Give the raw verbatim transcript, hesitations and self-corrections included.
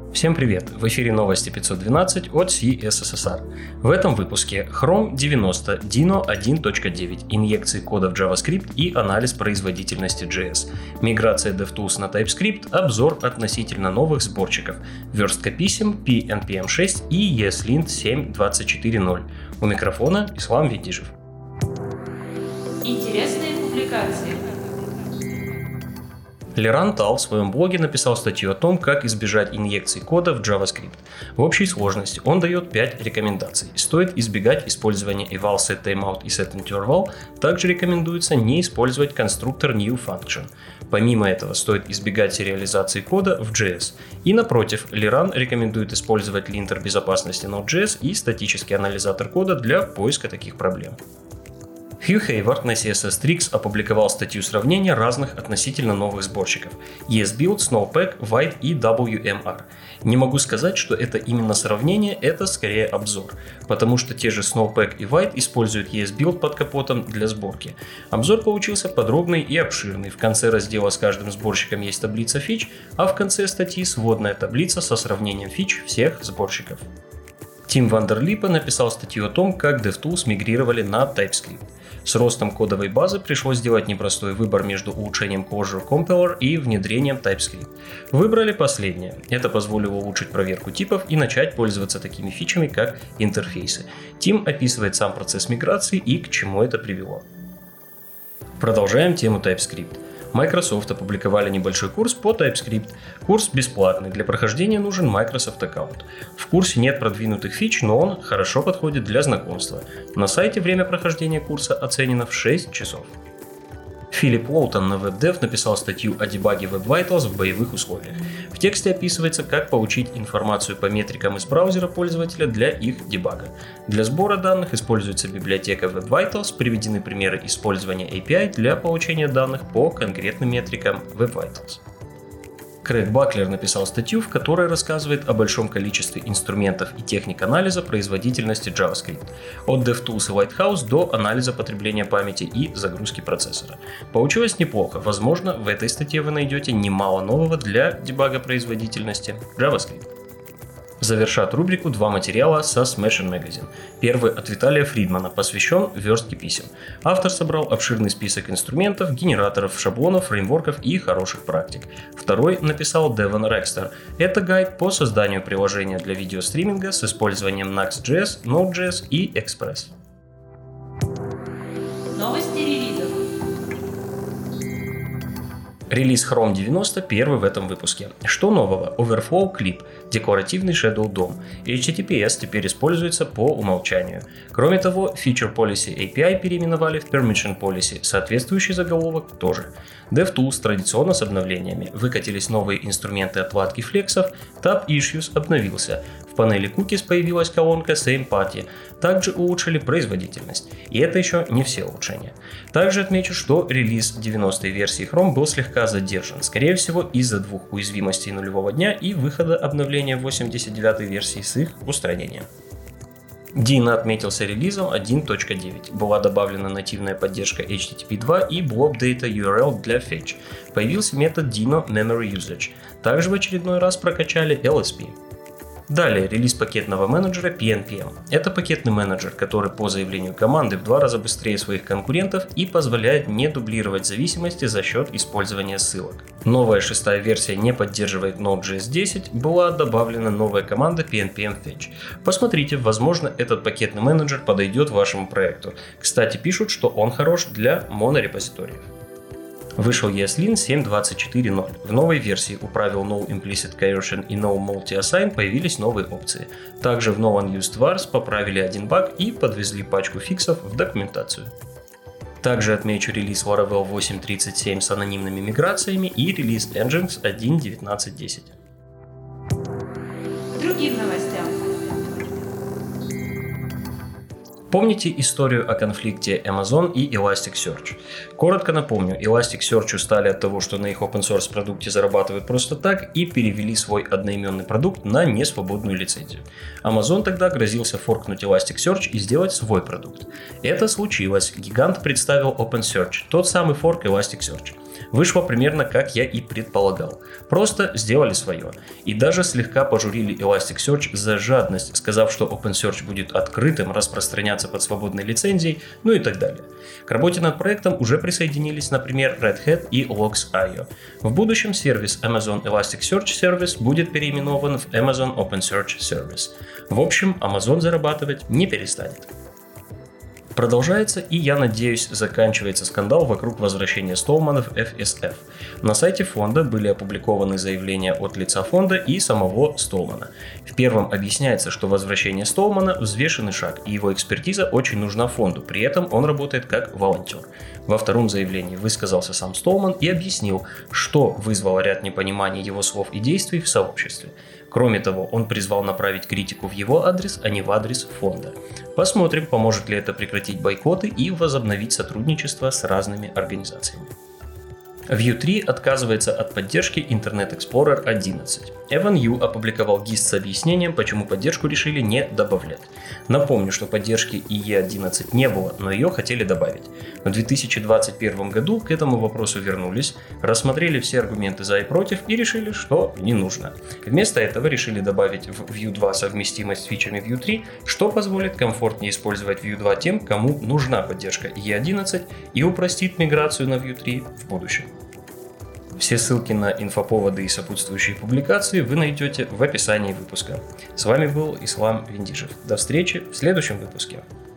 Всем привет! В эфире новости пятьсот двенадцать от си эс эс эс ар. В этом выпуске Chrome девяносто, Dino один точка девять, инъекции кода в JavaScript и анализ производительности джей эс, миграция DevTools на TypeScript, обзор относительно новых сборщиков, верстка писем, пи эн пи эм шесть и ESLint семь двадцать четыре ноль. У микрофона Ислам Ведижев. Интересные публикации. Леран Тал в своем блоге написал статью о том, как избежать инъекций кода в JavaScript. В общей сложности он дает пять рекомендаций. Стоит избегать использования eval, set timeout и set interval. Также рекомендуется не использовать конструктор new function. Помимо этого, стоит избегать сериализации кода в джей эс. И напротив, Леран рекомендует использовать линтер безопасности Node.js и статический анализатор кода для поиска таких проблем. Хью Хейвард на си эс эс Tricks опубликовал статью сравнения разных относительно новых сборщиков ESBuild, Snowpack, White и дабл ю эм ар. Не могу сказать, что это именно сравнение, это скорее обзор, потому что те же Snowpack и White используют ESBuild под капотом для сборки. Обзор получился подробный и обширный. В конце раздела с каждым сборщиком есть таблица фич, а в конце статьи сводная таблица со сравнением фич всех сборщиков. Тим Вандерлипе написал статью о том, как DevTools мигрировали на TypeScript. С ростом кодовой базы пришлось сделать непростой выбор между улучшением Clojure Compiler и внедрением TypeScript. Выбрали последнее. Это позволило улучшить проверку типов и начать пользоваться такими фичами, как интерфейсы. Тим описывает сам процесс миграции и к чему это привело. Продолжаем тему TypeScript. Microsoft опубликовали небольшой курс по TypeScript. Курс бесплатный, для прохождения нужен Microsoft аккаунт. В курсе нет продвинутых фич, но он хорошо подходит для знакомства. На сайте время прохождения курса оценено в шесть часов. Филипп Уолтон на WebDev написал статью о дебаге Web Vitals в боевых условиях. В тексте описывается, как получить информацию по метрикам из браузера пользователя для их дебага. Для сбора данных используется библиотека Web Vitals, приведены примеры использования эй пи ай для получения данных по конкретным метрикам Web Vitals. Крэг Баклер написал статью, в которой рассказывает о большом количестве инструментов и техник анализа производительности JavaScript, от DevTools и Lighthouse до анализа потребления памяти и загрузки процессора. Получилось неплохо, возможно, в этой статье вы найдете немало нового для дебага производительности JavaScript. Завершат рубрику два материала со Smashing Magazine. Первый от Виталия Фридмана, посвящен верстке писем. Автор собрал обширный список инструментов, генераторов, шаблонов, фреймворков и хороших практик. Второй написал Девон Рекстер. Это гайд по созданию приложения для видеостриминга с использованием Nuxt.js, Node.js и Express. Новости релизов. Релиз Chrome девяносто первый в этом выпуске. Что нового? Overflow Clip, декоративный Shadow дом. эйч ти ти пи эс теперь используется по умолчанию. Кроме того, Feature Policy эй пи ай переименовали в Permission Policy, соответствующий заголовок тоже. DevTools традиционно с обновлениями. Выкатились новые инструменты отладки флексов, Tab Issues обновился. В панели Cookies появилась колонка Same Party. Также улучшили производительность. И это еще не все улучшения. Также отмечу, что релиз девяностой версии Chrome был слегка задержан, скорее всего из-за двух уязвимостей нулевого дня и выхода обновления восемьдесят девятой версии с их устранением. Dino отметился релизом один точка девять. Была добавлена нативная поддержка эйч ти ти пи два и Blob Data ю ар эл для Fetch. Появился метод Dino Memory Usage. Также в очередной раз прокачали эл эс пи. Далее релиз пакетного менеджера пи эн пи эм. Это пакетный менеджер, который по заявлению команды в два раза быстрее своих конкурентов и позволяет не дублировать зависимости за счет использования ссылок. Новая шестая версия не поддерживает Node.js десять, была добавлена новая команда пи эн пи эм Fetch. Посмотрите, возможно, этот пакетный менеджер подойдет вашему проекту. Кстати, пишут, что он хорош для монорепозиториев. Вышел ESLint семь двадцать четыре ноль. В новой версии у правил No Implicit Coercion и No Multi-Assign появились новые опции. Также в No Unused Vars поправили один баг и подвезли пачку фиксов в документацию. Также отмечу релиз Laravel восемь тридцать семь с анонимными миграциями и релиз Nginx один девятнадцать десять. Другим новостям. Помните историю о конфликте Amazon и Elasticsearch? Коротко напомню, Elasticsearch устали от того, что на их open source продукте зарабатывают просто так, и перевели свой одноименный продукт на несвободную лицензию. Amazon тогда грозился форкнуть Elasticsearch и сделать свой продукт. Это случилось. Гигант представил OpenSearch, тот самый форк Elasticsearch. Вышло примерно как я и предполагал. Просто сделали свое. И даже слегка пожурили Elasticsearch за жадность, сказав, что OpenSearch будет открытым, распространяться под свободной лицензией, ну и так далее. К работе над проектом уже присоединились, например, Red Hat и Logs точка ай о. В будущем сервис Amazon Elasticsearch Service будет переименован в Amazon OpenSearch Service. В общем, Amazon зарабатывать не перестанет. Продолжается и, я надеюсь, заканчивается скандал вокруг возвращения Столмана в эф эс эф. На сайте фонда были опубликованы заявления от лица фонда и самого Столмана. В первом объясняется, что возвращение Столмана – взвешенный шаг, и его экспертиза очень нужна фонду, при этом он работает как волонтер. Во втором заявлении высказался сам Столман и объяснил, что вызвало ряд непониманий его слов и действий в сообществе. Кроме того, он призвал направить критику в его адрес, а не в адрес фонда. Посмотрим, поможет ли это прекратить бойкоты и возобновить сотрудничество с разными организациями. Vue три отказывается от поддержки Internet Explorer одиннадцать. Evan You опубликовал гист с объяснением, почему поддержку решили не добавлять. Напомню, что поддержки и и одиннадцать не было, но ее хотели добавить. В две тысячи двадцать первом году к этому вопросу вернулись, рассмотрели все аргументы за и против и решили, что не нужно. Вместо этого решили добавить в Vue два совместимость с фичами Vue три, что позволит комфортнее использовать Vue два тем, кому нужна поддержка и и одиннадцать и упростит миграцию на Vue три в будущем. Все ссылки на инфоповоды и сопутствующие публикации вы найдете в описании выпуска. С вами был Ислам Виндижев. До встречи в следующем выпуске.